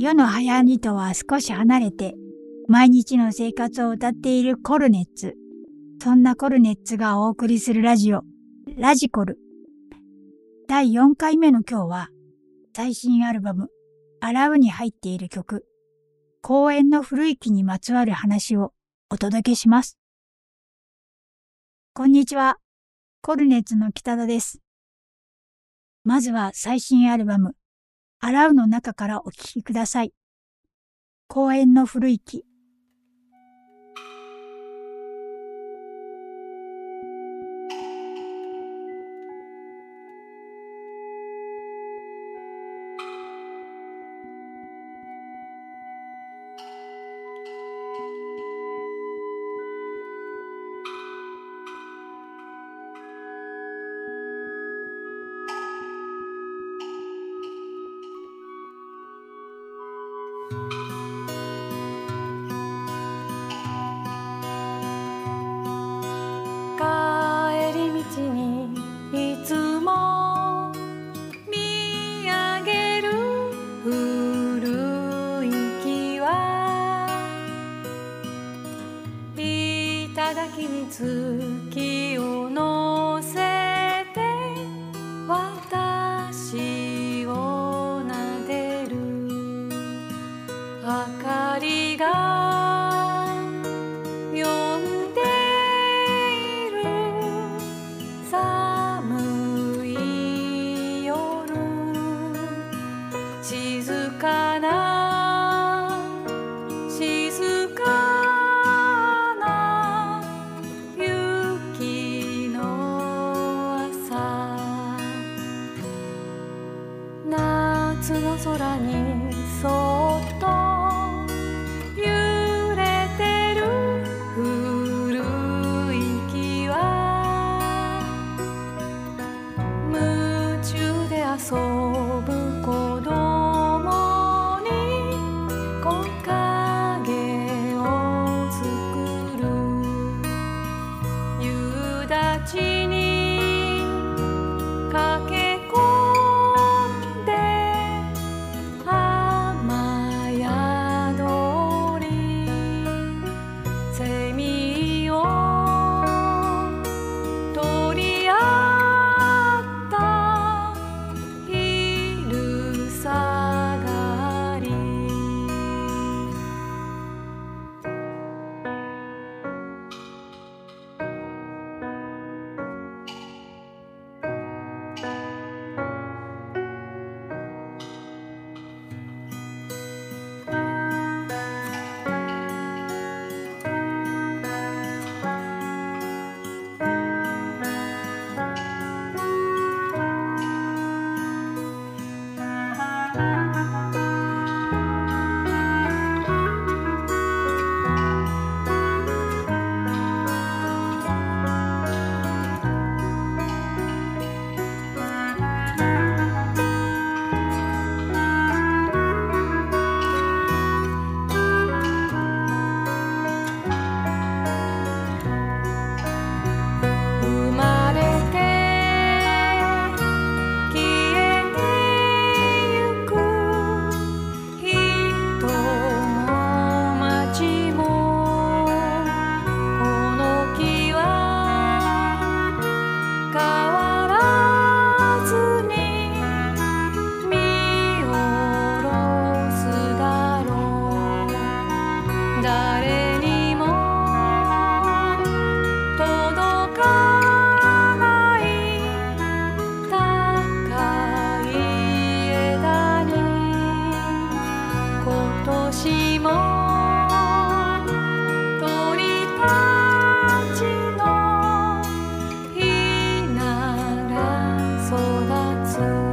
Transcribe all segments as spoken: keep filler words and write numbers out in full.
世の流行りとは少し離れて、毎日の生活を歌っているコルネッツ。そんなコルネッツがお送りするラジオ、ラジコル。だいよんかいめの今日は、最新アルバム、洗うに入っている曲、公園の古い木にまつわる話をお届けします。こんにちは、コルネッツの北田です。まずは最新アルバム、洗うの中からお聴きください。公園の古い木。 帰り道にいつも見上げる古い木は頂に月を乗せて私を撫でる明かりが静かな静かな雪の朝夏の空にそっと揺れてる古い木は夢中で遊ぶ子供ちに駆け込んで雨宿りセミを取り合った昼下がり誰にも届かない高い枝に今年も鳥たちのひなが育つ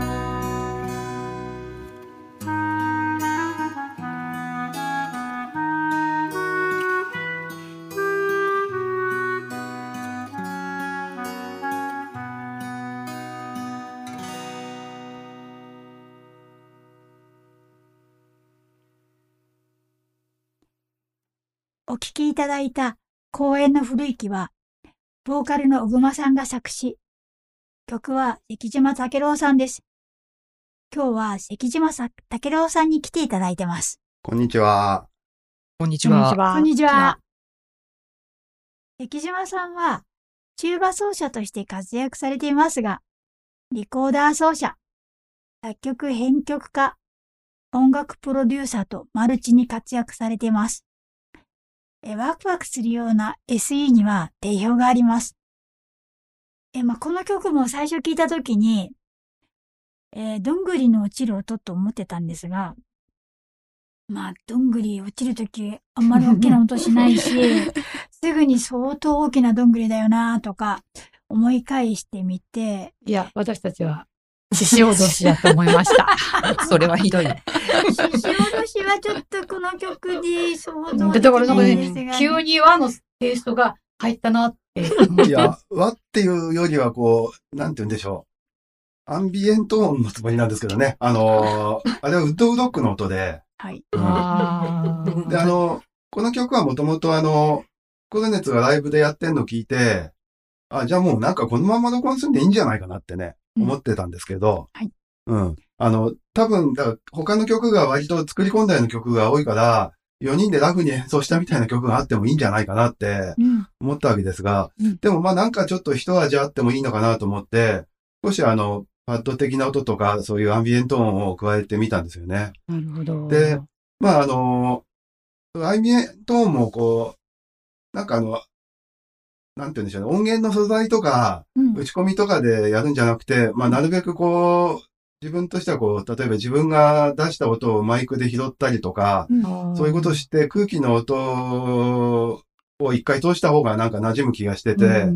お聴きいただいた公園の古い木は、ボーカルの小熊さんが作詞。曲は関島武郎さんです。 今日は関島さ武郎さんに来ていただいてます。 こんにちは。 こんにちは。 こんにちは。関島さんは、チューバ奏者として活躍されていますが、リコーダー奏者、作曲編曲家、音楽プロデューサーとマルチに活躍されています。えワクワクするような エスイー には定評があります。えまあ、この曲も最初聞いたときに、えー、どんぐりの落ちる音と思ってたんですが、まあ、どんぐり落ちるとき、あんまり大きな音しないし、すぐに相当大きなどんぐりだよなとか、思い返してみて。 いや、私たちは、獅子おどしだと思いました。 それはひどい。 獅子おどしはちょっとこの曲で想像できだからなんかないですが、 ね、急に和のテイストが入ったなって。 いや、和っていうよりはこう、なんて言うんでしょう。アンビエント音のつもりなんですけどね。あのー、あれはウッドウドックの音で。 はい。 うん、 あで、あの、この曲はもともとあの、コルネツがライブでやってんの聞いて、あ、じゃあもうなんかこのまま録音するんでいいんじゃないかなってね、うん、思ってたんですけど、 はい。 うん。あの、多分、だから他の曲が割と作り込んだような曲が多いから、よにんでラフに演奏したみたいな曲があってもいいんじゃないかなって思ったわけですが、うん、でもまあなんかちょっと一味あってもいいのかなと思って、少しあの、パッド的な音とか、そういうアンビエント音を加えてみたんですよね。 なるほど。 で、まああの、アンビエント音もこう、なんかあの、なんて言うんでしょうね、音源の素材とか、打ち込みとかでやるんじゃなくて、うん、まあなるべくこう、自分としてはこう、例えば自分が出した音をマイクで拾ったりとか、うん、そういうことをして空気の音を一回通した方がなんか馴染む気がしてて、うん、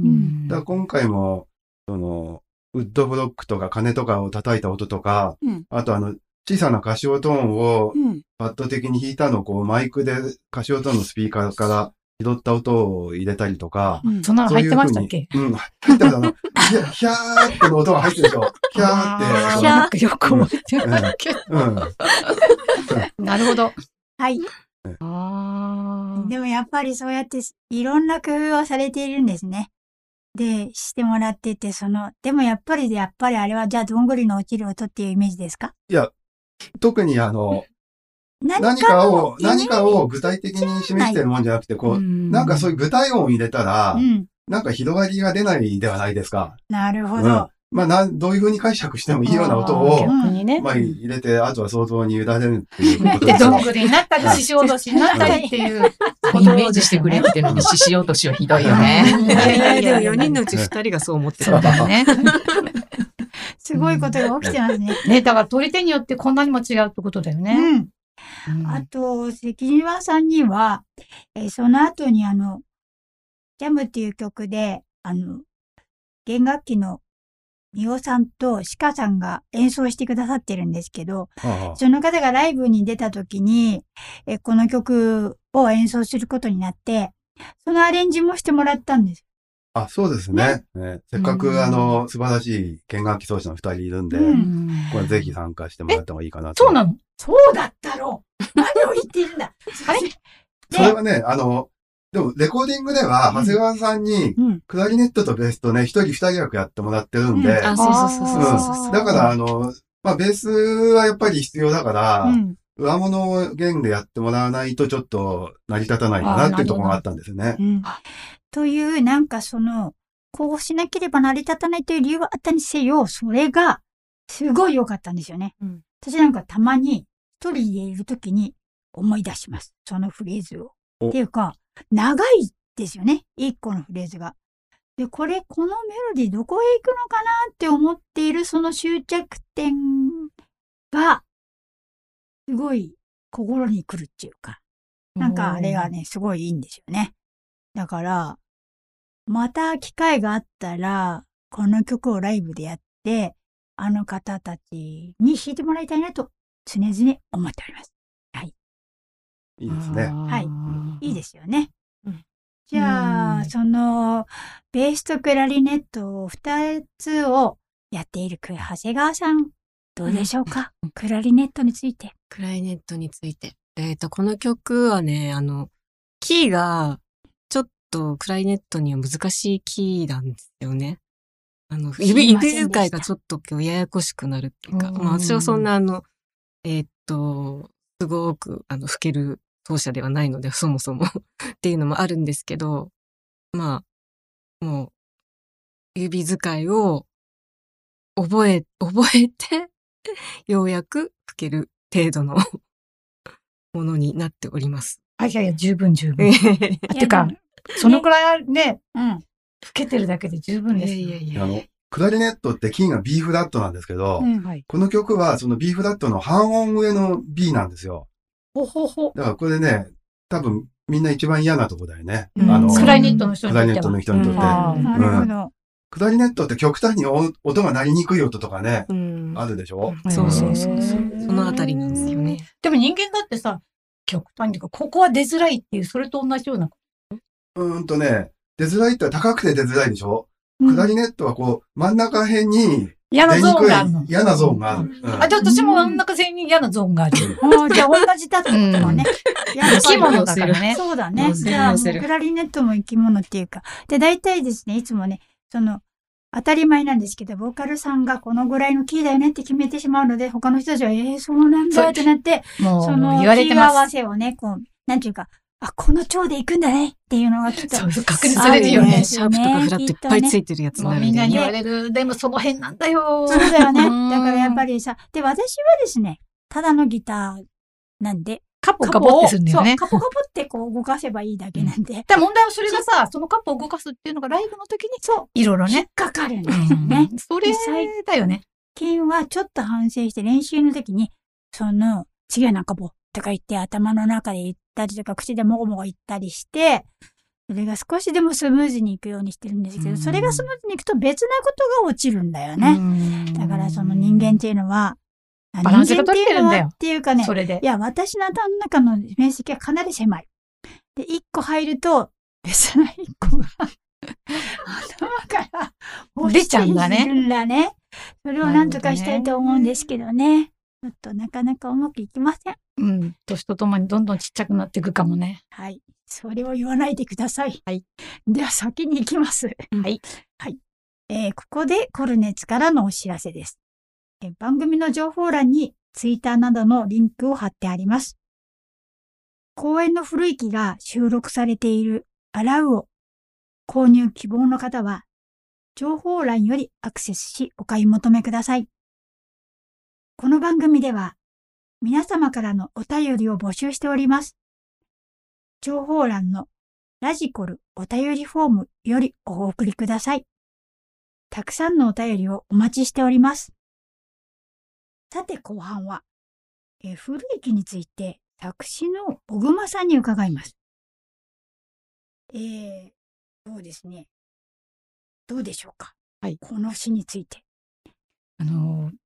だから今回も、その、ウッドブロックとか鐘とかを叩いた音とか、うん、あとあの、小さなカシオトーンをパッド的に弾いたのをこう、マイクでカシオトーンのスピーカーから拾った音を入れたりとか。 うん、そんなの入ってましたっけ？ うん、入ってました。あの、ヒャーっての音が入ってるでしょ。ヒャーって。 ヒャーってよく思ってるけど。うんうん、なるほど。 はい。あでもやっぱりそうやっていろんな工夫をされているんですね。で、してもらってて、その、でもやっぱりで、やっぱりあれはじゃあどんぐりの落ちる音っていうイメージですか？ いや、特にあの、何かを、何かを具体的に示してるもんじゃなくて、こう、なんかそういう具体音を入れたら、うん、なんか広がりが出ないではないですか。 なるほど。 うんまあ、なん、どういう風に解釈してもいいような音を、ね、まあ、入れて、あとは想像に委ねるっていうことです。で、どんぐりになったり、獅子おどしになったりっていう。 イメージしてくれってのに、獅子おどしはひどいよね。 でもよにんのうちふたりがそう思ってるんだよね。 すごいことが起きてますね。 ね、だから取り手によってこんなにも違うってことだよね。うん。 うん、あと、関島さんには、えー、その後にあの、ジャムっていう曲で、あの、弦楽器のみおさんと鹿さんが演奏してくださってるんですけど、ああその方がライブに出た時に、えこの曲を演奏することになって、そのアレンジもしてもらったんです。 あ、そうですね。ねねせっかくあの、素晴らしい弦楽器奏者の二人いるんで、うん、これぜひ参加してもらった方がいいかなと。 そうなの？ そうだったろう何を言っているんだあれそれはね、あの、でも、レコーディングでは、長谷川さんに、クラリネットとベースとね、一人二人役やってもらってるんで。 あ、そうそうそうそう。 だから、あの、まあ、ベースはやっぱり必要だから、上物弦でやってもらわないとちょっと成り立たないかなっていうところがあったんですよね。 という、なんかその、こうしなければ成り立たないという理由があったにせよ、それが、すごい良かったんですよね。私なんかたまに、一人でいるときに思い出します。そのフレーズを。っていうか、長いですよね。一個のフレーズが。で、これ、このメロディーどこへ行くのかなって思っているその終着点が、すごい心に来るっていうか、なんかあれがね、すごいいいんですよね。だから、また機会があったら、この曲をライブでやって、あの方たちに弾いてもらいたいなと常々思っております。はい。 いいですね。 はい。いいですよね。うん、じゃあ、その、ベースとクラリネットを二つをやっている長谷川さん、どうでしょうか、うん、クラリネットについて。 クラリネットについて。えっと、この曲はね、あの、キーが、ちょっとクラリネットには難しいキーなんですよね。あの、 そう指、 知りませんでした指使いがちょっと今日ややこしくなるっていうか、 うんまあ私はそんなあの、えーっと、すごくあの、吹ける奏者ではないので、そもそもっていうのもあるんですけど、まあ、もう、指使いを覚え、覚えて、ようやく吹ける程度のものになっております。 あ、いやいや、十分十分。 いてか、そのくらいね、 うん。 吹けてるだけで十分ですよ。 やいやいや。 あの、クラリネットってキーが B フラットなんですけど、 うんはい。 この曲はその B フラットの半音上の B なんですよ。 ほほほ。 だからこれね、多分みんな一番嫌なとこだよね。 うんあの、 クラリネットの人にクラリネットとっては。 の人にとって。 あーなるほど。 クラリネットって極端に音音が鳴りにくい音とかね、 うん。 あるでしょ。 そうそうそうそう。 へーそのあたりなんですよね。 でも人間だってさ、極端にいうか、ここは出づらいっていう、それと同じような。 うーんとね、出づらいって高くて出づらいでしょ。 うんクラリネットはこう、真ん中辺に嫌なゾ出にくいーンがあるの。 嫌なゾーンがある。 あ、じゃあ私も真ん中線に嫌なゾーンがある。 ああ、じゃあ同じだってことだね。いや生き物だからね。 そうだね。 寄せるじゃあ、 寄せるクラリネットも生き物っていうか。で、大体ですね、いつもね、その、当たり前なんですけど、ボーカルさんがこのぐらいのキーだよねって決めてしまうので、他の人たちは、えー、そうなんだってなって、 もう、 その、 言われてキー合わます。 せをね、こう、なんていうか、あ、この調で行くんだねっていうのがきっと。 そうそう、確認されるよね。 シャープとかフラットいっぱいついてるやつにもうなるんでね。 みんなに言われる。でもその辺なんだよ。 そうだよね。 うんだからやっぱりさ、で、私はですね、ただのギターなんで、 カポカポってするんだよね。 そう、カポカポってこう動かせばいいだけなんで。 で問題はそれがさ、そのカポを動かすっていうのがライブの時に、 そう、 いろいろ引っね。 かかるんですよね。 うんそれだよね。 最近はちょっと反省して練習の時に、その、違うなんかぼとか言って頭の中で言ったりとか口でもごもご言ったりして、それが少しでもスムーズにいくようにしてるんですけど、 うんそれがスムーズにいくと別なことが落ちるんだよね。だからその人間っていうのは、あバランスが取れてるんだよ人間っていうのはっていうかね、 それでい。や、私の頭の中の面積はかなり狭い。で、一個入ると、別な一個が、頭から落出ちゃうんだねちているんだね。それをなんとかしたいと思うんですけどね。ちょっとなかなかうまくいきません。 うん。年とともにどんどんちっちゃくなっていくかもね。 はい。それを言わないでください。 はい。 では先に行きます。 はい。 はい。えーここでコルネツからのお知らせです。えー番組の情報欄にツイッターなどのリンクを貼ってあります。公演の古い機が収録されているアラウを購入希望の方は、情報欄よりアクセスしお買い求めください。この番組では皆様からのお便りを募集しております。情報欄のラジコルお便りフォームよりお送りください。たくさんのお便りをお待ちしております。さて後半は、えー古い木について作詞の小熊さんに伺います。えー、そうですね。どうでしょうか。 はい。 この詩について。 あのー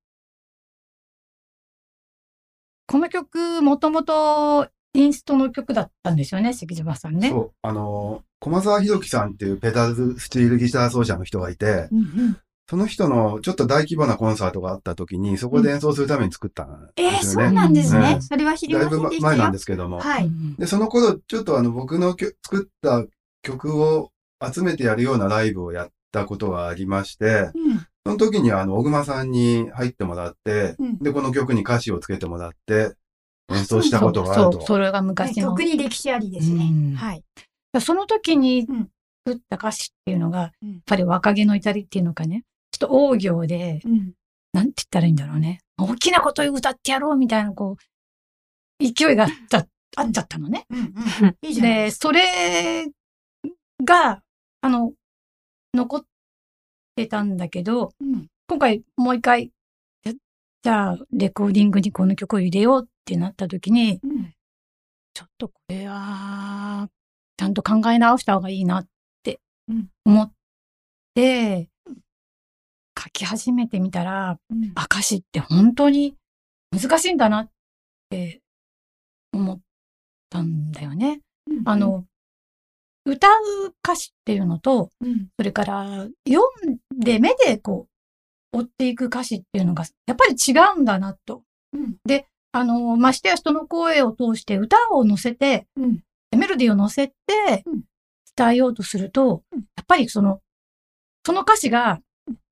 この曲、もともとインストの曲だったんですよね、関島さんね。 そう、あの、駒沢弘樹さんっていうペダルスチールギター奏者の人がいて、 うんうん、 その人のちょっと大規模なコンサートがあった時に、そこで演奏するために作ったんえー、そうですよね。 なんですね。 うんそれは知りまだいぶせんでしたよ。 前なんですけども。 はい。 で、その頃、ちょっとあの、僕のきょ作った曲を集めてやるようなライブをやったことがありまして、 うんその時にあの、小熊さんに入ってもらって、 うんで、この曲に歌詞をつけてもらって、演奏したことがあると。 そう、それが昔の。 特に歴史ありですね。 うんはい。 その時にうん作った歌詞っていうのが、 うんやっぱり若気の至りっていうのかね、ちょっと大行で、 うん。 なんて言ったらいいんだろうね。大きなこと歌ってやろうみたいな、こう、勢いがあった、あっちゃったのね。 うんうん。いいじゃないで、 ですか。 それが、あの、残ってたんだけど、 うん今回もう一回、じゃじゃあ、レコーディングにこの曲を入れようってなった時に、 うんちょっとこれは、ちゃんと考え直した方がいいなってうん思って、書き始めてみたら、 うんあ、歌詞って本当に難しいんだなって思ったんだよね。あ、の、歌う歌詞っていうのと、 うんそれから読んで目でこう、追っていく歌詞っていうのが、やっぱり違うんだなと。 うんあの、ましてや人の声を通して歌を乗せて、 うんメロディーを乗せてうん伝えようとすると、 うんやっぱりその、その歌詞が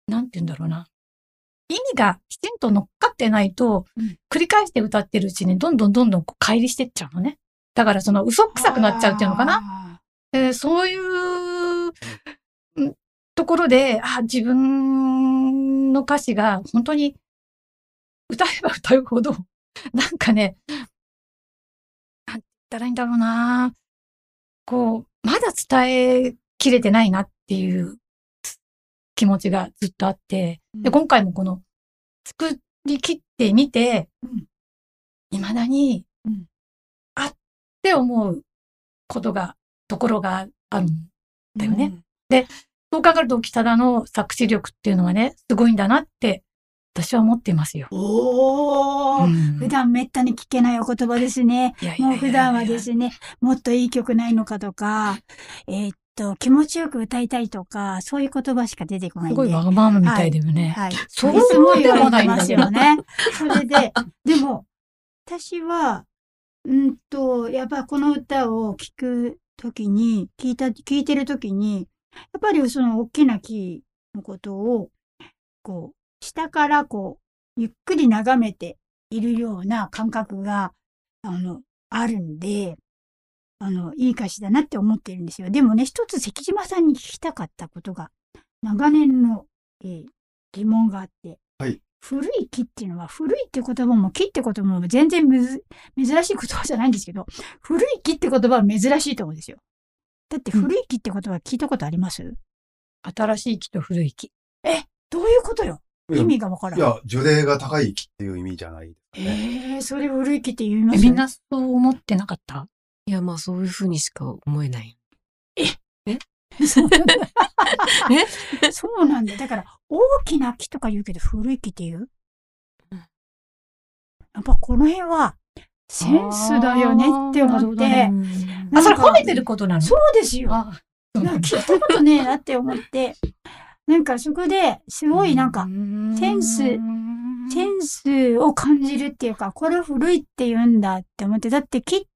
なんて言うんだろうな。意味がきちんと乗っかってないと、 うん、 繰り返して歌ってるうちにどんどんどんどんこう乖離してっちゃうのね。だからその嘘くさくなっちゃうっていうのかな。えー、そういうところで、あ、自分の歌詞が本当に歌えば歌うほど、なんかね、なんて言ったらいいんだろうな。こう、まだ伝えきれてないなっていう気持ちがずっとあって、で、今回もこの作り切ってみて、いまだに、うん、あって思うことが、ところがあるんだよね。うん、で、そう考えると北田の作詞力っていうのはね、すごいんだなって私は思っていますよ。 おー、うん、普段めったに聞けないお言葉ですね。 いやいやいやいや、 もう普段はですね、もっといい曲ないのかとか、えー、っと、気持ちよく歌いたいとか、そういう言葉しか出てこないんで。 すごいわがままみたいだよね。 はい。はい、 そうすごい言われてますよね。それで、でも、私は、うんと、やっぱこの歌を聴くときに、聞いた、聞いてるときに、やっぱりその大きな木のことを、こう、下からこう、ゆっくり眺めているような感覚が、あの、あるんで、あの、いい歌詞だなって思ってるんですよ。でもね、一つ関島さんに聞きたかったことが、長年の、えー、疑問があって、 はい。 古い木っていうのは、古いって言葉も木って言葉も全然むず珍しい言葉じゃないんですけど、古い木って言葉は珍しいと思うんですよ。だって古い木って言葉聞いたことあります？うん、 新しい木と古い木。 え、どういうことよ？意味がわからん。 いや、樹齢が高い木っていう意味じゃないですかね。えー、それ古い木って言います？ みんなそう思ってなかった？ いや、まあそういうふうにしか思えない。 ええそうなんだ。えそうなんだ。だから、大きな木とか言うけど、古い木って言う？うん、やっぱこの辺は、センスだよねって思って。 あ、あ、それ褒めてることなの？ そうですよ。なんか聞いたことねえなって思って。なんかそこで、すごいなんか、センス、センスを感じるっていうか、これ古いって言うんだって思って。だって木って、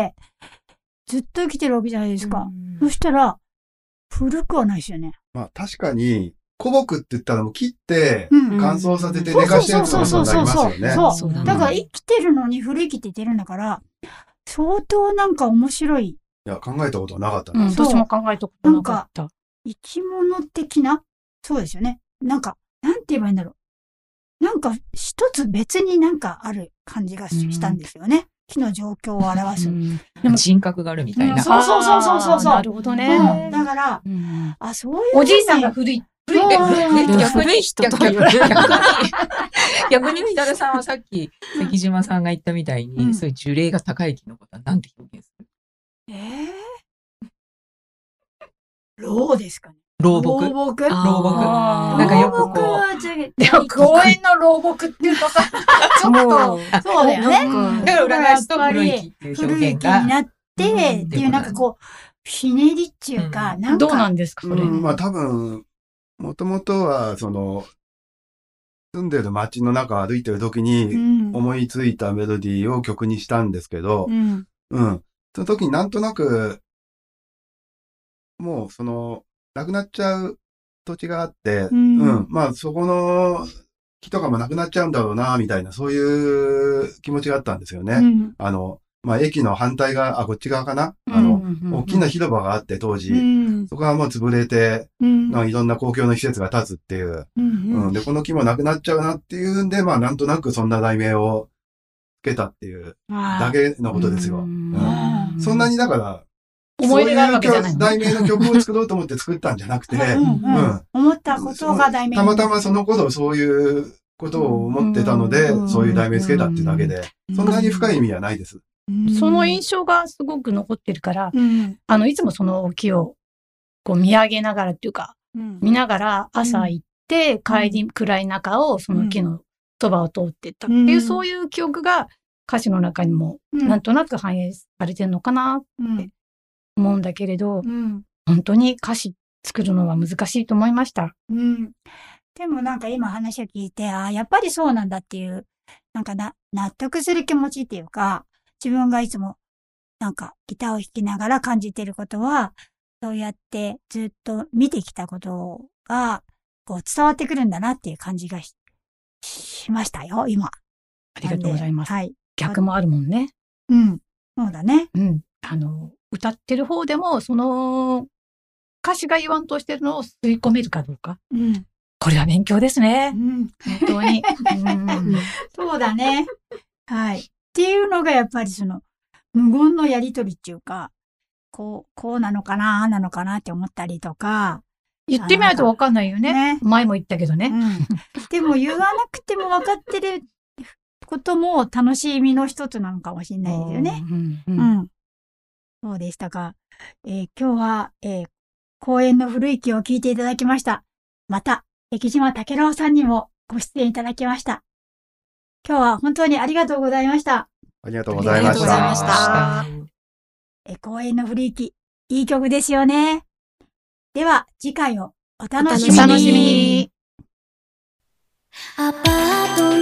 ずっと生きてるわけじゃないですか。そしたら、古くはないですよね。 まあ確かに、古木って言ったらもう切って、乾燥させて寝かしてるってことになりますよね。 そうそう。だから生きてるのに古い木って言ってるんだから、相当なんか面白い。 いや、考えたことはなかったね。うん、私も考えたことなかった。 なんか、生き物的な、そうですよね。なんか、なんて言えばいいんだろう。なんか、一つ別になんかある感じがしたんですよね。木の状況を表す。 でも人格があるみたいな。うん、 そうそうそうそうそうそう。 なるほどね。 うん、だから、うん、あ、そういう。 おじいさんが古い。 古い、逆に、 人と逆に、逆に北田さんはさっき、関島さんが言ったみたいに、うん、そういう樹齢が高い木のことは何て表現する？ えー、老ですかね。 老木。 老木老木。なんかよくこう。 でも公園の老木っていうとさ、ちょっと、 そうだよね。 だから占いすと古い木っていう表現が。 古い木になって、っていうなんかこう、ひねりっていうか、なんか。 どうなんですか、それ。 うん、まあ多分、もともとは、その、住んでる街の中を歩いてる時に思いついたメロディーを曲にしたんですけど、うん。うん、その時になんとなく、もうその、なくなっちゃう土地があって、うん、うん、まあそこの木とかもなくなっちゃうんだろうな、みたいな、そういう気持ちがあったんですよね。うん、あの、まあ駅の反対側、あ、こっち側かな、あの、大きな広場があって当時、うん、そこはもう潰れて、うん、いろんな公共の施設が建つっていう、うんうん、で、この木もなくなっちゃうなっていうんで、まあなんとなくそんな題名をつけたっていうだけのことですよ。うんうん、そんなにだから、 思い出があるわけじゃないの？ 題名の曲を作ろうと思って作ったんじゃなくて、うんうんうん、思ったことが題名。 たまたまその頃そういうことを思ってたので、そういう題名つけたってだけで、そんなに深い意味はないです。 その印象がすごく残ってるから、うん、あの、いつもその木をこう見上げながらっていうか、うん、見ながら朝行って、うん、帰り暗い中をその木のそばを通ってったっていう、うん、そういう記憶が歌詞の中にもなんとなく反映されてるのかなって思うんだけれど、うん、本当に歌詞作るのは難しいと思いました。 うん、でもなんか今話を聞いて、ああ、やっぱりそうなんだっていう、なんかな、納得する気持ちっていうか、自分がいつもなんかギターを弾きながら感じてることは、そうやってずっと見てきたことが、 こう伝わってくるんだなっていう感じが し, しましたよ、今。 ありがとうございます。 はい。 逆もあるもんね。 うん。そうだね。 うん。あの、歌ってる方でも、その、歌詞が言わんとしてるのを吸い込めるかどうか。 うん。 これは勉強ですね。 うん。 本当に。うん、 そうだね。はい。っていうのがやっぱりその、無言のやりとりっていうか、こう、こうなのかな、ああなのかなって思ったりとか。 言ってみないとわかんないよね。ね、前も言ったけどね。 うん。でも言わなくても分かってることも楽しみの一つなのかもしれないですよね。うん。うんうん、そうでしたか。えー、今日は、えー、公演の古息を聞いていただきました。また、関島武郎さんにもご出演いただきました。今日は本当にありがとうございました。 ありがとうございました。ありがとうございました。 えー、公演の古息、いい曲ですよね。では、次回をお楽しみに。 お楽しみに。アパート